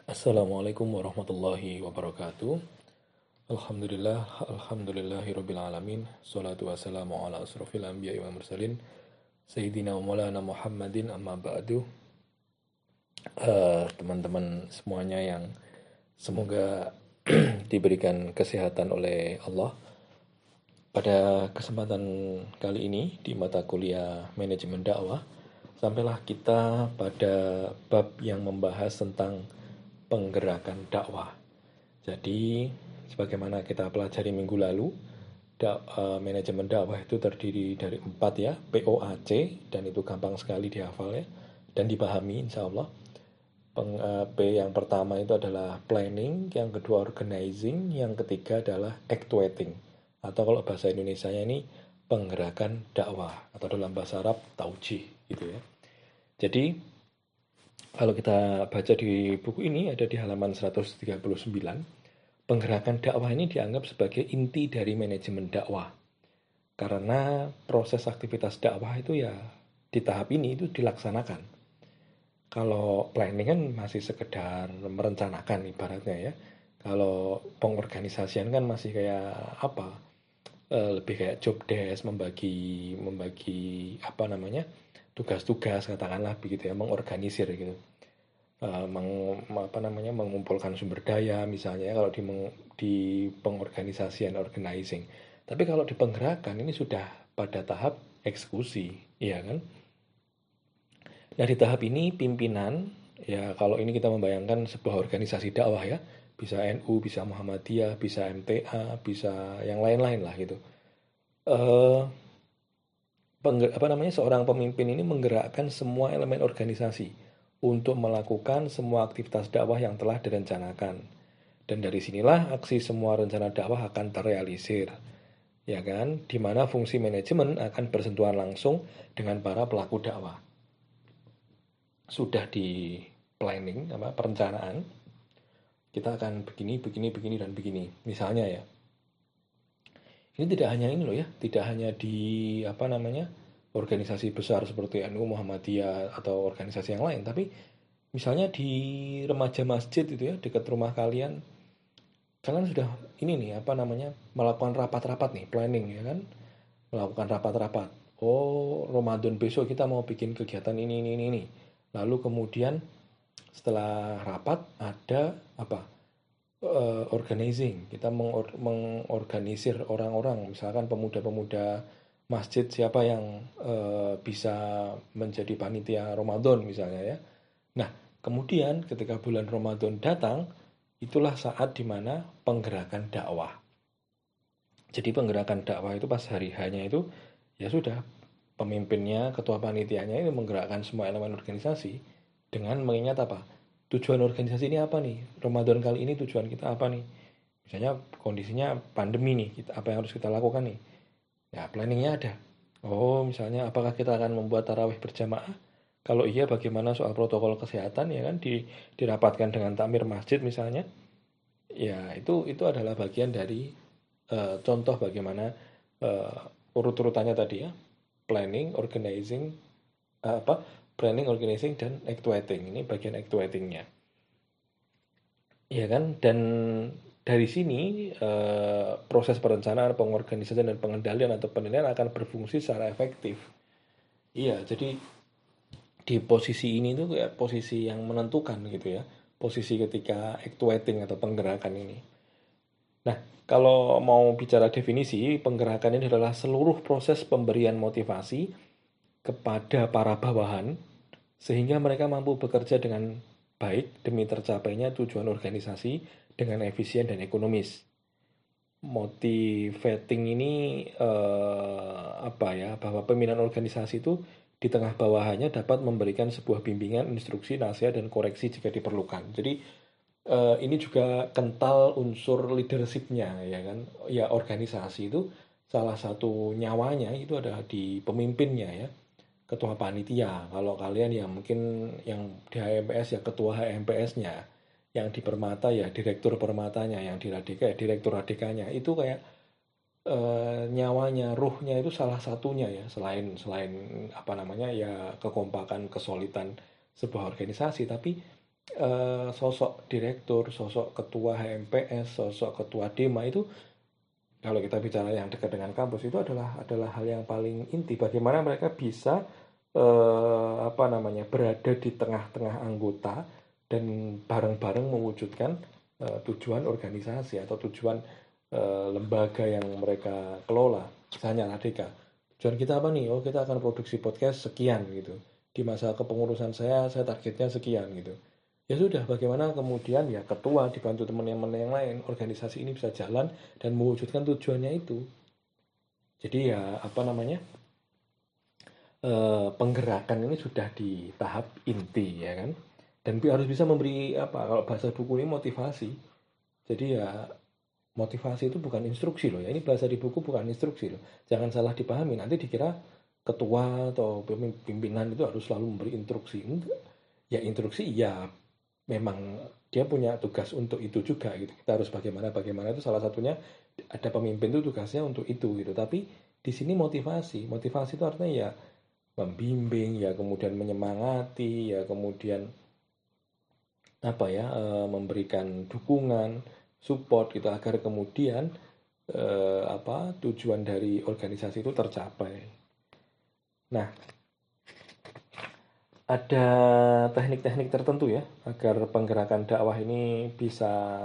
Assalamualaikum warahmatullahi wabarakatuh. Alhamdulillah, alhamdulillahirabbil alamin. Shalatu wassalamu ala asrofil anbiya'i wal mursalin Sayyidina wa maulana Muhammadin amma ba'du. Teman-teman semuanya yang semoga diberikan kesehatan oleh Allah. Pada kesempatan kali ini di mata kuliah manajemen dakwah, sampailah kita pada bab yang membahas tentang penggerakan dakwah. Jadi, sebagaimana kita pelajari minggu lalu, manajemen dakwah itu terdiri dari 4 ya, POAC, dan itu gampang sekali dihafal ya, dan dipahami insya Allah. P yang pertama itu adalah planning, yang kedua organizing, yang ketiga adalah actuating. Atau kalau bahasa Indonesia ini penggerakan dakwah, atau dalam bahasa Arab taujih gitu ya. Jadi, kalau kita baca di buku ini ada di halaman 139, penggerakan dakwah ini dianggap sebagai inti dari manajemen dakwah. Karena proses aktivitas dakwah itu ya di tahap ini itu dilaksanakan. Kalau planning kan masih sekedar merencanakan ibaratnya ya. Kalau pengorganisasian kan masih kayak apa? Lebih kayak job desk, membagi apa namanya? Tugas-tugas katakanlah begitu ya, mengorganisir gitu. Mengumpulkan sumber daya misalnya ya, kalau di pengorganisasian organizing. Tapi kalau di penggerakan ini sudah pada tahap eksekusi, ya kan? Nah, di tahap ini pimpinan, ya kalau ini kita membayangkan sebuah organisasi dakwah ya, bisa NU, bisa Muhammadiyah, bisa MTA, bisa yang lain-lain lah gitu. Eh seorang pemimpin ini menggerakkan semua elemen organisasi untuk melakukan semua aktivitas dakwah yang telah direncanakan. Dan dari sinilah aksi semua rencana dakwah akan terrealisir. Ya kan? Di mana fungsi manajemen akan bersentuhan langsung dengan para pelaku dakwah. Sudah di planning, perencanaan, kita akan begini, begini, begini, dan begini. Misalnya ya, ini tidak hanya ini loh ya, tidak hanya di organisasi besar seperti NU, Muhammadiyah atau organisasi yang lain, tapi misalnya di remaja masjid itu ya, dekat rumah kalian, kalian sudah ini nih melakukan rapat-rapat nih, planning ya kan, melakukan rapat-rapat. Oh, Ramadan besok kita mau bikin kegiatan ini. Lalu kemudian setelah rapat ada apa? Organizing, kita mengorganisir orang-orang, misalkan pemuda-pemuda masjid siapa yang bisa menjadi panitia Ramadan misalnya ya. Nah, kemudian ketika bulan Ramadan datang, itulah saat dimana penggerakan dakwah. Jadi penggerakan dakwah itu pas hari hanya itu ya sudah, pemimpinnya, ketua panitianya ini menggerakkan semua elemen organisasi dengan mengingat apa? Tujuan organisasi ini apa nih? Ramadan kali ini tujuan kita apa nih? Misalnya kondisinya pandemi nih, apa yang harus kita lakukan nih? Ya, planningnya ada. Oh, misalnya apakah kita akan membuat tarawih berjamaah? Kalau iya, bagaimana soal protokol kesehatan ya kan dirapatkan dengan takmir masjid misalnya? Ya, itu adalah bagian dari contoh bagaimana urut-urutannya tadi ya. Planning, organizing, apa? Planning, organizing, dan actuating. Ini bagian actuatingnya. Ya kan? Dan dari sini proses perencanaan, pengorganisasian, dan pengendalian atau penilaian akan berfungsi secara efektif. Iya, jadi di posisi ini tuh kayak posisi yang menentukan gitu ya. Posisi ketika actuating atau penggerakan ini. Nah, kalau mau bicara definisi, penggerakan ini adalah seluruh proses pemberian motivasi kepada para bawahan sehingga mereka mampu bekerja dengan baik demi tercapainya tujuan organisasi dengan efisien dan ekonomis. Motivating ini bahwa pimpinan organisasi itu di tengah bawahannya dapat memberikan sebuah bimbingan, instruksi, nasihat, dan koreksi jika diperlukan. Jadi ini juga kental unsur leadership-nya ya kan. Ya, organisasi itu salah satu nyawanya itu adalah di pemimpinnya ya, ketua panitia. Kalau kalian ya mungkin yang di HMPS ya ketua HMPS-nya, yang di Permata ya direktur Permatanya, yang di Radika ya direktur Radikanya. Itu kayak nyawanya, ruhnya itu salah satunya ya, selain ya kekompakan, kesolidan sebuah organisasi, tapi sosok direktur, sosok ketua HMPS, sosok ketua Dema itu kalau kita bicara yang dekat dengan kampus itu adalah hal yang paling inti. Bagaimana mereka bisa berada di tengah-tengah anggota dan bareng-bareng mewujudkan tujuan organisasi atau tujuan lembaga yang mereka kelola. Misalnya Radika, tujuan kita apa nih? Oh, kita akan produksi podcast sekian gitu. Di masa kepengurusan saya targetnya sekian gitu. Ya sudah, bagaimana kemudian ya ketua dibantu teman-teman yang lain, organisasi ini bisa jalan dan mewujudkan tujuannya itu. Jadi ya penggerakan ini sudah di tahap inti ya kan. Dan harus bisa memberi kalau bahasa buku ini motivasi. Jadi ya motivasi itu bukan instruksi loh ya. Ini bahasa di buku bukan instruksi loh. Jangan salah dipahami, nanti dikira ketua atau pimpinan itu harus selalu memberi instruksi. Enggak. Ya instruksi ya memang dia punya tugas untuk itu juga gitu. Kita harus bagaimana itu salah satunya ada pemimpin itu tugasnya untuk itu gitu. Tapi di sini motivasi itu artinya ya membimbing, ya kemudian menyemangati, ya kemudian memberikan dukungan, support gitu agar kemudian tujuan dari organisasi itu tercapai. Nah, ada teknik-teknik tertentu ya agar penggerakan dakwah ini bisa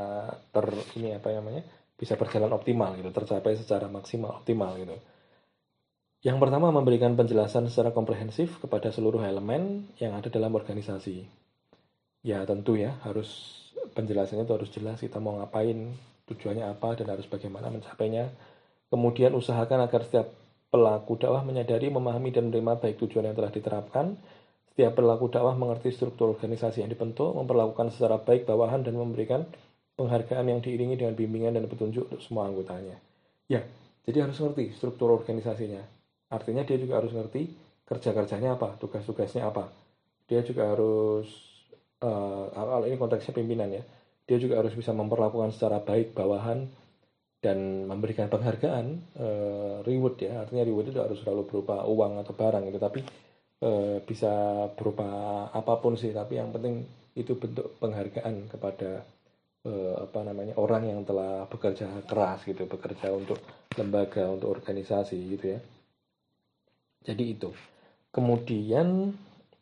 bisa berjalan optimal gitu, tercapai secara maksimal optimal gitu. Yang pertama, memberikan penjelasan secara komprehensif kepada seluruh elemen yang ada dalam organisasi. Ya tentu ya, penjelasannya itu harus jelas, kita mau ngapain, tujuannya apa, dan harus bagaimana mencapainya. Kemudian usahakan agar setiap pelaku dakwah menyadari, memahami, dan menerima baik tujuan yang telah diterapkan. Setiap pelaku dakwah mengerti struktur organisasi yang dibentuk, memperlakukan secara baik bawahan, dan memberikan penghargaan yang diiringi dengan bimbingan dan petunjuk untuk semua anggotanya. Ya, jadi harus ngerti struktur organisasinya. Artinya dia juga harus ngerti kerja-kerjanya apa, tugas-tugasnya apa. Dia juga harus, kalau ini konteksnya pimpinan ya, dia juga harus bisa memperlakukan secara baik bawahan dan memberikan penghargaan, reward ya. Artinya reward itu harus selalu berupa uang atau barang gitu, tapi bisa berupa apapun sih, tapi yang penting itu bentuk penghargaan kepada orang yang telah bekerja keras gitu, bekerja untuk lembaga, untuk organisasi gitu ya. Jadi itu. Kemudian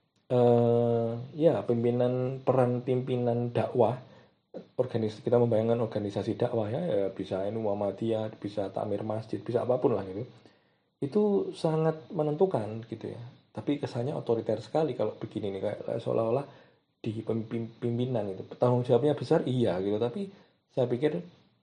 peran pimpinan dakwah, kita membayangkan organisasi dakwah ya bisa Muhammadiyah, bisa takmir masjid, bisa apapun lah gitu. Itu sangat menentukan gitu ya. Tapi kesannya otoriter sekali kalau begini nih, kayak seolah-olah di pimpinan itu. Tanggung jawabnya besar iya gitu, tapi saya pikir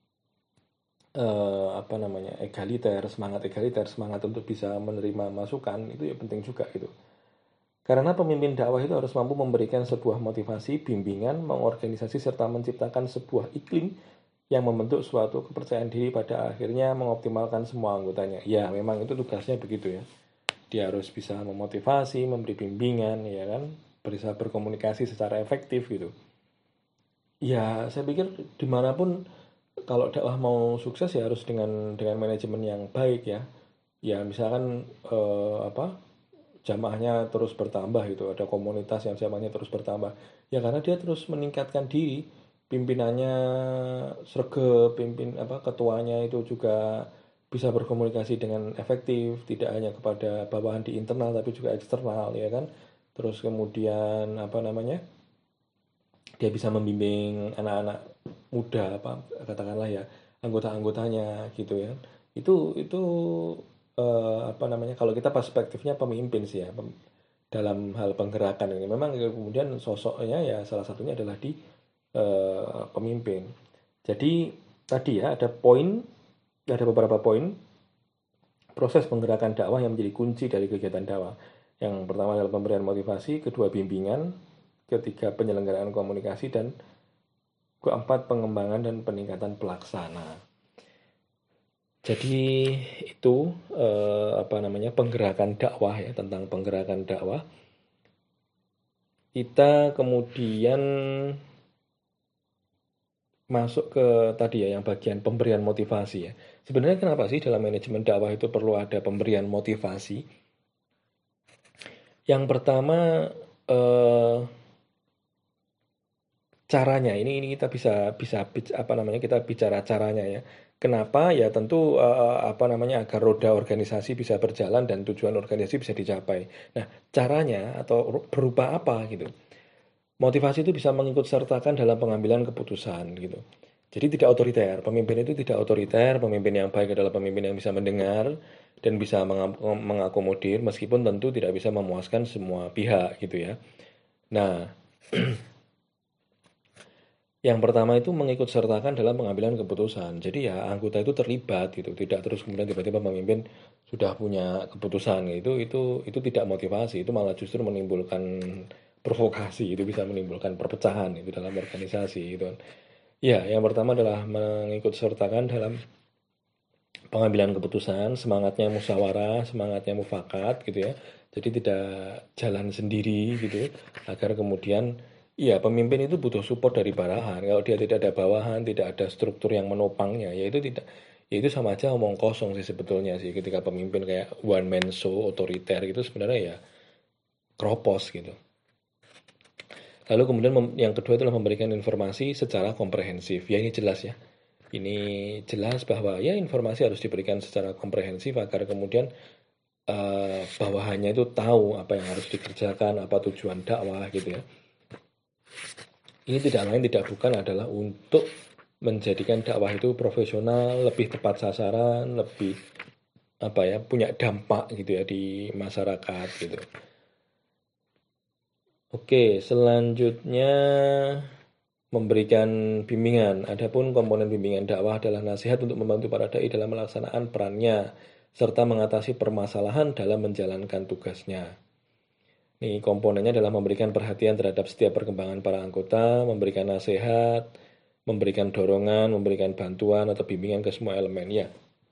egaliter, semangat untuk bisa menerima masukan itu ya penting juga gitu. Karena pemimpin dakwah itu harus mampu memberikan sebuah motivasi, bimbingan, mengorganisasi serta menciptakan sebuah iklim yang membentuk suatu kepercayaan diri, pada akhirnya mengoptimalkan semua anggotanya. Ya, memang itu tugasnya begitu ya. Dia harus bisa memotivasi, memberi bimbingan, ya kan, bisa berkomunikasi secara efektif gitu. Ya, saya pikir dimanapun kalau dakwah mau sukses ya harus dengan manajemen yang baik ya. Ya, misalkan jamaahnya terus bertambah gitu, ada komunitas yang jamaahnya terus bertambah. Ya karena dia terus meningkatkan diri, pimpinannya sregep, ketuanya itu juga bisa berkomunikasi dengan efektif, tidak hanya kepada bawahan di internal tapi juga eksternal ya kan. Terus kemudian dia bisa membimbing anak-anak muda katakanlah ya, anggota-anggotanya gitu ya. Itu kalau kita perspektifnya pemimpin sih ya, dalam hal penggerakan ini memang kemudian sosoknya ya salah satunya adalah di pemimpin. Jadi tadi ya ada beberapa poin proses penggerakan dakwah yang menjadi kunci dari kegiatan dakwah. Yang pertama adalah pemberian motivasi, kedua bimbingan, ketiga penyelenggaraan komunikasi, dan keempat pengembangan dan peningkatan pelaksana. Jadi itu penggerakan dakwah ya, tentang penggerakan dakwah. Kita kemudian masuk ke tadi ya yang bagian pemberian motivasi ya. Sebenarnya kenapa sih dalam manajemen dakwah itu perlu ada pemberian motivasi? Yang pertama caranya ini kita bisa bisa apa namanya kita bicara caranya ya. Kenapa? Ya tentu apa namanya agar roda organisasi bisa berjalan dan tujuan organisasi bisa dicapai. Nah, caranya atau berupa apa gitu. Motivasi itu bisa mengikut sertakan dalam pengambilan keputusan gitu. Jadi tidak otoriter. Pemimpin itu tidak otoriter. Pemimpin yang baik adalah pemimpin yang bisa mendengar dan bisa mengakomodir meskipun tentu tidak bisa memuaskan semua pihak gitu ya. Nah, yang pertama itu mengikut sertakan dalam pengambilan keputusan. Jadi ya anggota itu terlibat gitu, tidak terus kemudian tiba-tiba pemimpin sudah punya keputusan gitu. Itu tidak motivasi, itu malah justru menimbulkan provokasi, itu bisa menimbulkan perpecahan itu dalam organisasi gitu kan. Ya, yang pertama adalah mengikut sertakan dalam pengambilan keputusan, semangatnya musyawarah, semangatnya mufakat gitu ya. Jadi tidak jalan sendiri gitu, agar kemudian iya pemimpin itu butuh support dari bawahan. Kalau dia tidak ada bawahan, tidak ada struktur yang menopangnya, ya itu tidak, ya itu sama aja omong kosong sih sebetulnya sih. Ketika pemimpin kayak one man show otoriter itu sebenarnya ya kropos gitu. Lalu kemudian yang kedua adalah memberikan informasi secara komprehensif. Ya ini jelas ya. Ini jelas bahwa ya informasi harus diberikan secara komprehensif agar kemudian bawahannya itu tahu apa yang harus dikerjakan, apa tujuan dakwah gitu ya. Ini tidak lain tidak bukan adalah untuk menjadikan dakwah itu profesional, lebih tepat sasaran, lebih apa ya, punya dampak gitu ya di masyarakat gitu. Oke, selanjutnya memberikan bimbingan. Adapun komponen bimbingan dakwah adalah nasihat untuk membantu para dai dalam melaksanakan perannya serta mengatasi permasalahan dalam menjalankan tugasnya. Ini komponennya adalah memberikan perhatian terhadap setiap perkembangan para anggota, memberikan nasihat, memberikan dorongan, memberikan bantuan atau bimbingan ke semua elemen. Ya,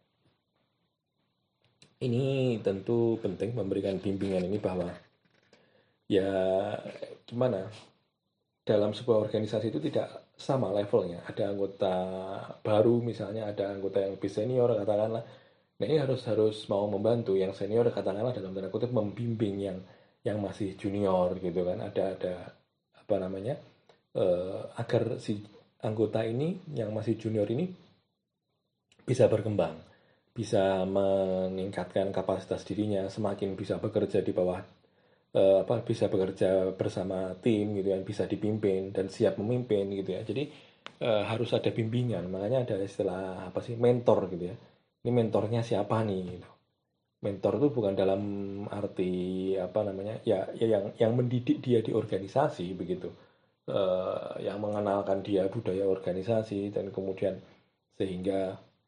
ini tentu penting memberikan bimbingan ini bahwa ya gimana, dalam sebuah organisasi itu tidak sama levelnya. Ada anggota baru misalnya, ada anggota yang lebih senior katakanlah. Nah ini harus mau membantu yang senior katakanlah dalam tanda kutip membimbing yang masih junior gitu kan. Ada apa namanya agar si anggota ini yang masih junior ini bisa berkembang, bisa meningkatkan kapasitas dirinya, semakin bisa bekerja di bawah bisa bekerja bersama tim gitu ya, bisa dipimpin dan siap memimpin gitu ya. Jadi harus ada bimbingan, makanya ada istilah apa sih mentor gitu ya. Ini mentornya siapa nih gitu. Mentor itu bukan dalam arti apa namanya ya yang mendidik dia di organisasi begitu, yang mengenalkan dia budaya organisasi dan kemudian sehingga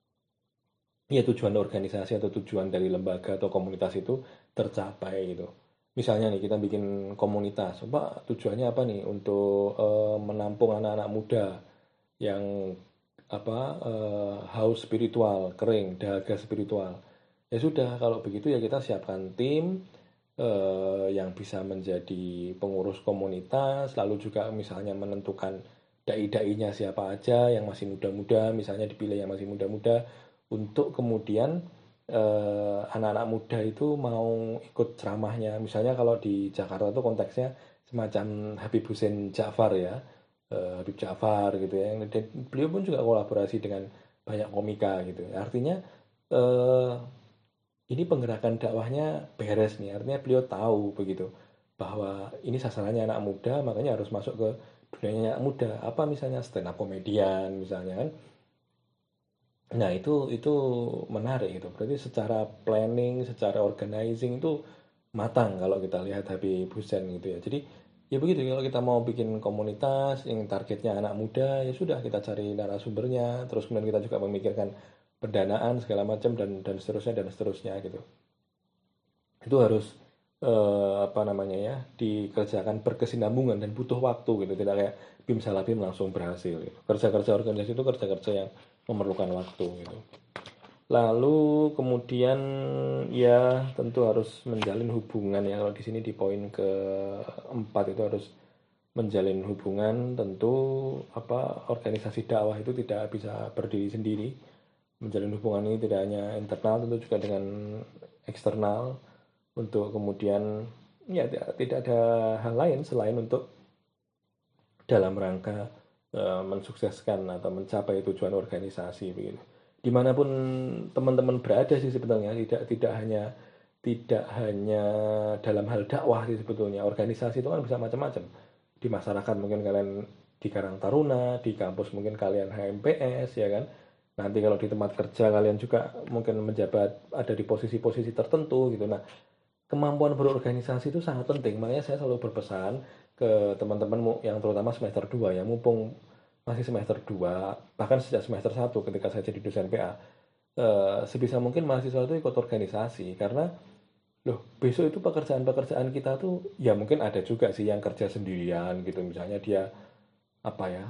ya tujuan organisasi atau tujuan dari lembaga atau komunitas itu tercapai gitu. Misalnya nih kita bikin komunitas, coba tujuannya apa nih untuk menampung anak-anak muda yang apa haus spiritual, kering, dahaga spiritual. Ya sudah, kalau begitu ya kita siapkan tim yang bisa menjadi pengurus komunitas, lalu juga misalnya menentukan dai-dainya siapa aja yang masih muda-muda, misalnya dipilih yang masih muda-muda untuk kemudian anak-anak muda itu mau ikut ceramahnya. Misalnya kalau di Jakarta itu konteksnya semacam Habib Hussein Ja'far ya, Habib Ja'far gitu ya. Dan beliau pun juga kolaborasi dengan banyak komika gitu. Artinya eh, ini penggerakan dakwahnya beres nih. Artinya beliau tahu begitu bahwa ini sasarannya anak muda, makanya harus masuk ke dunianya anak muda. Apa misalnya stand up komedian misalnya kan. Nah, itu menarik itu. Berarti secara planning, secara organizing itu matang kalau kita lihat Habib Hussein gitu ya. Jadi ya begitu, kalau kita mau bikin komunitas yang targetnya anak muda, ya sudah kita cari narasumbernya, terus kemudian kita juga memikirkan pendanaan segala macam dan seterusnya gitu. Itu harus apa namanya ya, dikerjakan berkesinambungan dan butuh waktu gitu. Tidak kayak bim salah bim langsung berhasil gitu. Kerja-kerja organisasi itu kerja-kerja yang memerlukan waktu gitu. Lalu kemudian ya tentu harus menjalin hubungan ya. Kalau di sini di poin keempat itu harus menjalin hubungan. Tentu apa organisasi dakwah itu tidak bisa berdiri sendiri. Menjalin hubungan ini tidak hanya internal, tentu juga dengan eksternal untuk kemudian ya tidak ada hal lain selain untuk dalam rangka mensukseskan atau mencapai tujuan organisasi begitu. Dimanapun teman-teman berada sih sebetulnya, tidak hanya dalam hal dakwah sih sebetulnya. Organisasi itu kan bisa macam-macam. Di masyarakat mungkin kalian di Karang Taruna, di kampus mungkin kalian HMPS ya kan. Nanti kalau di tempat kerja kalian juga mungkin menjabat ada di posisi-posisi tertentu gitu. Nah, kemampuan berorganisasi itu sangat penting. Makanya saya selalu berpesan ke teman-teman yang terutama semester 2 ya, mumpung masih semester 2 bahkan sejak semester 1 ketika saya jadi dosen PA, sebisa mungkin mahasiswa itu ikut organisasi karena loh, besok itu pekerjaan-pekerjaan kita tuh ya mungkin ada juga sih yang kerja sendirian gitu. Misalnya dia apa ya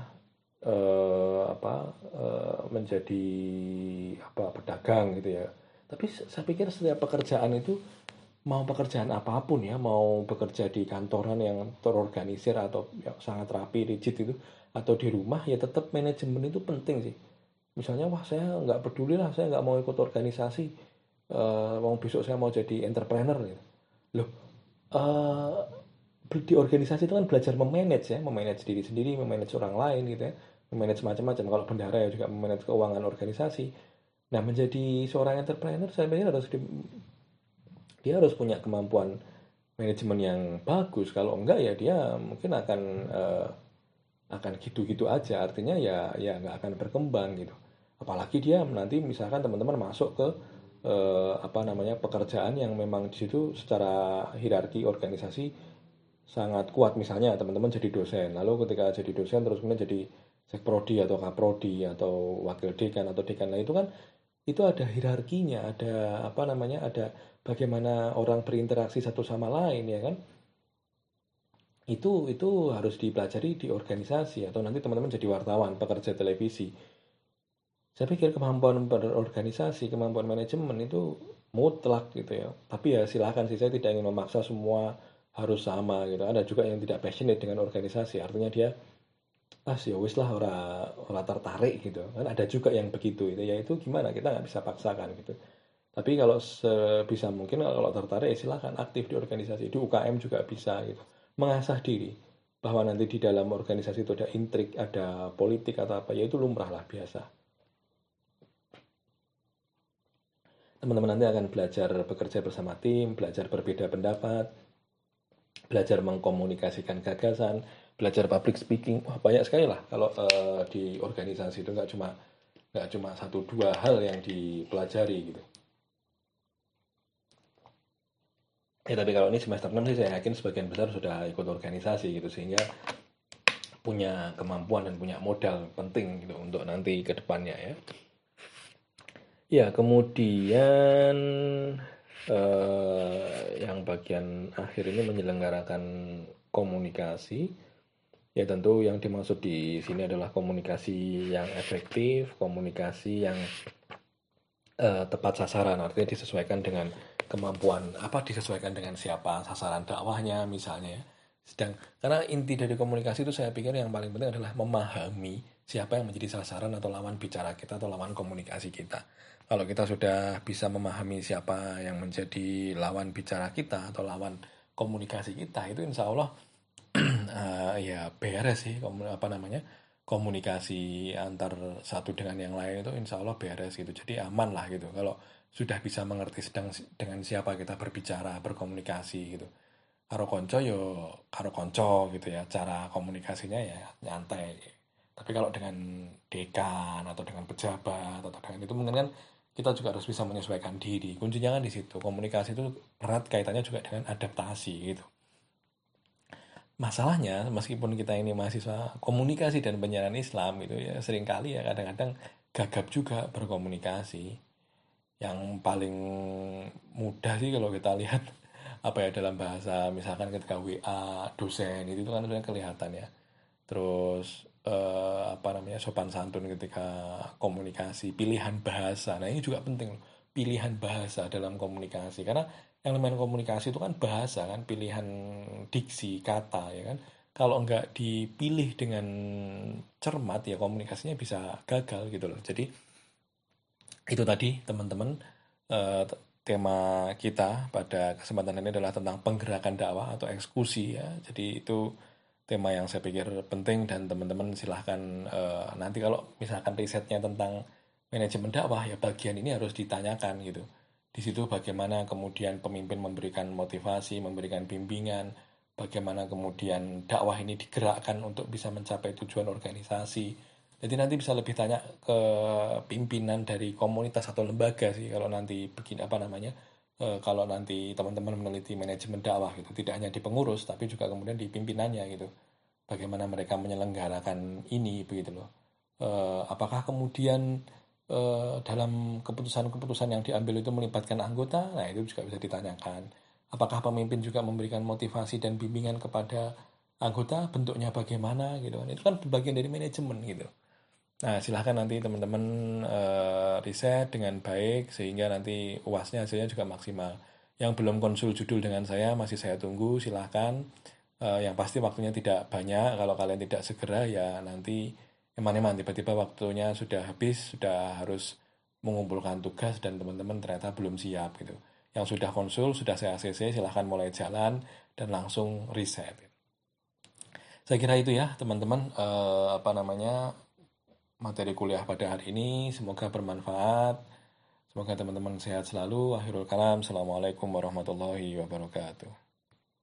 menjadi pedagang gitu ya. Tapi saya pikir setiap pekerjaan itu mau pekerjaan apapun ya, mau bekerja di kantoran yang terorganisir atau yang sangat rapi, rigid itu, atau di rumah ya tetap manajemen itu penting sih. Misalnya, wah saya nggak peduli lah, saya nggak mau ikut organisasi, mau besok saya mau jadi entrepreneur gitu. Loh, eh, di organisasi itu kan belajar memanage ya, memanage diri sendiri, memanage orang lain gitu ya, memanage macam-macam. Kalau bendahara ya juga memanage keuangan organisasi. Nah, menjadi seorang entrepreneur saya pikir dia harus punya kemampuan manajemen yang bagus. Kalau enggak ya dia mungkin akan gitu-gitu aja. Artinya ya nggak akan berkembang gitu. Apalagi dia nanti misalkan teman-teman masuk ke pekerjaan yang memang di situ secara hierarki organisasi sangat kuat. Misalnya teman-teman jadi dosen, lalu ketika jadi dosen terus kemudian jadi sekprodi atau kaprodi atau wakil dekan atau dekan, nah itu kan itu ada hierarkinya, ada ada bagaimana orang berinteraksi satu sama lain ya kan. Itu harus dipelajari di organisasi atau nanti teman-teman jadi wartawan, pekerja televisi. Saya pikir kemampuan berorganisasi, kemampuan manajemen itu mutlak gitu ya. Tapi ya silakan sih, saya tidak ingin memaksa semua harus sama gitu. Ada juga yang tidak passionate dengan organisasi, artinya dia ya wis lah ora tertarik gitu. Kan ada juga yang begitu itu. Ya itu gimana? Kita nggak bisa paksakan gitu. Tapi kalau sebisa mungkin kalau tertarik ya silakan aktif di organisasi. Di UKM juga bisa gitu. Mengasah diri bahwa nanti di dalam organisasi itu ada intrik, ada politik atau apa, ya itu lumrah lah biasa. Teman-teman nanti akan belajar bekerja bersama tim, belajar berbeda pendapat, belajar mengkomunikasikan gagasan, belajar public speaking. Wah, banyak sekali lah kalau di organisasi itu nggak cuma satu dua hal yang dipelajari gitu. Ya tapi kalau ini semester 6 sih saya yakin sebagian besar sudah ikut organisasi gitu sehingga punya kemampuan dan punya modal penting gitu untuk nanti ke depannya ya. Ya, kemudian yang bagian akhir ini menyelenggarakan komunikasi. Ya tentu yang dimaksud di sini adalah komunikasi yang efektif, komunikasi yang tepat sasaran, artinya disesuaikan dengan kemampuan, disesuaikan dengan siapa sasaran dakwahnya misalnya ya. Karena inti dari komunikasi itu saya pikir yang paling penting adalah memahami siapa yang menjadi sasaran atau lawan bicara kita atau lawan komunikasi kita. Kalau kita sudah bisa memahami siapa yang menjadi lawan bicara kita atau lawan komunikasi kita, itu insya Allah ya beres sih komunikasi antar satu dengan yang lain itu insya Allah beres gitu. Jadi aman lah gitu kalau sudah bisa mengerti sedang dengan siapa kita berbicara, berkomunikasi gitu. Karo konco yo karo konco gitu ya, cara komunikasinya ya nyantai. Tapi kalau dengan dekan atau dengan pejabat atau dengan itu mungkin kan kita juga harus bisa menyesuaikan diri. Kuncinya kan di situ. Komunikasi itu erat kaitannya juga dengan adaptasi gitu. Masalahnya meskipun kita ini mahasiswa komunikasi dan penyiaran Islam gitu ya seringkali ya kadang-kadang gagap juga berkomunikasi. Yang paling mudah sih kalau kita lihat dalam bahasa misalkan ketika WA dosen itu kan sudah kelihatan ya. Terus sopan santun ketika komunikasi, pilihan bahasa. Nah, ini juga penting loh. Pilihan bahasa dalam komunikasi karena yang namanya komunikasi itu kan bahasa kan, pilihan diksi kata ya kan. Kalau nggak dipilih dengan cermat ya komunikasinya bisa gagal gitu loh. Jadi itu tadi teman-teman, eh, tema kita pada kesempatan ini adalah tentang penggerakan dakwah atau eksekusi ya. Jadi itu tema yang saya pikir penting, dan teman-teman silahkan nanti kalau misalkan risetnya tentang manajemen dakwah, ya bagian ini harus ditanyakan gitu. Di situ bagaimana kemudian pemimpin memberikan motivasi, memberikan bimbingan, bagaimana kemudian dakwah ini digerakkan untuk bisa mencapai tujuan organisasi. Jadi nanti bisa lebih tanya ke pimpinan dari komunitas atau lembaga sih kalau nanti begini apa namanya, kalau nanti teman-teman meneliti manajemen dakwah gitu, tidak hanya di pengurus tapi juga kemudian di pimpinannya gitu. Bagaimana mereka menyelenggarakan ini begitu loh. Apakah kemudian dalam keputusan-keputusan yang diambil itu melibatkan anggota? Nah, itu juga bisa ditanyakan. Apakah pemimpin juga memberikan motivasi dan bimbingan kepada anggota? Bentuknya bagaimana gitu kan? Itu kan bagian dari manajemen gitu. Nah, silahkan nanti teman-teman riset dengan baik sehingga nanti UASnya hasilnya juga maksimal. Yang belum konsul judul dengan saya masih saya tunggu, silahkan. Yang pasti waktunya tidak banyak. Kalau kalian tidak segera ya nanti eman-eman tiba-tiba waktunya sudah habis, sudah harus mengumpulkan tugas dan teman-teman ternyata belum siap gitu. Yang sudah konsul, sudah saya ACC, silahkan mulai jalan dan langsung riset. Saya kira itu ya teman-teman, apa namanya, materi kuliah pada hari ini. Semoga bermanfaat. Semoga teman-teman sehat selalu. Akhirul kalam. Assalamualaikum warahmatullahi wabarakatuh.